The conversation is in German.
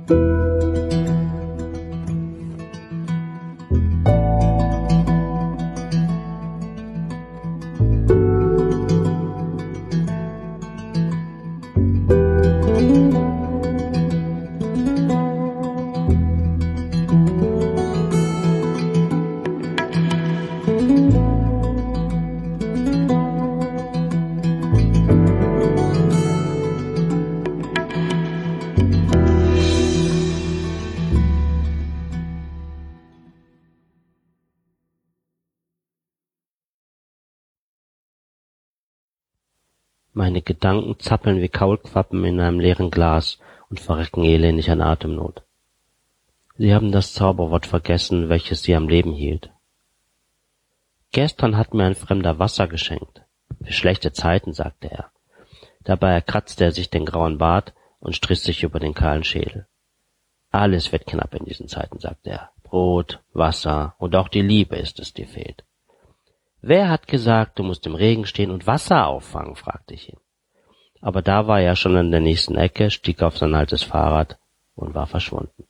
Meine Gedanken zappeln wie Kaulquappen in einem leeren Glas und verrecken elendig an Atemnot. Sie haben das Zauberwort vergessen, welches sie am Leben hielt. Gestern hat mir ein Fremder Wasser geschenkt. Für schlechte Zeiten, sagte er. Dabei kratzte er sich den grauen Bart und strich sich über den kahlen Schädel. Alles wird knapp in diesen Zeiten, sagte er. Brot, Wasser und auch die Liebe ist es, die fehlt. »Wer hat gesagt, du musst im Regen stehen und Wasser auffangen?« fragte ich ihn. Aber da war er schon an der nächsten Ecke, stieg auf sein altes Fahrrad und war verschwunden.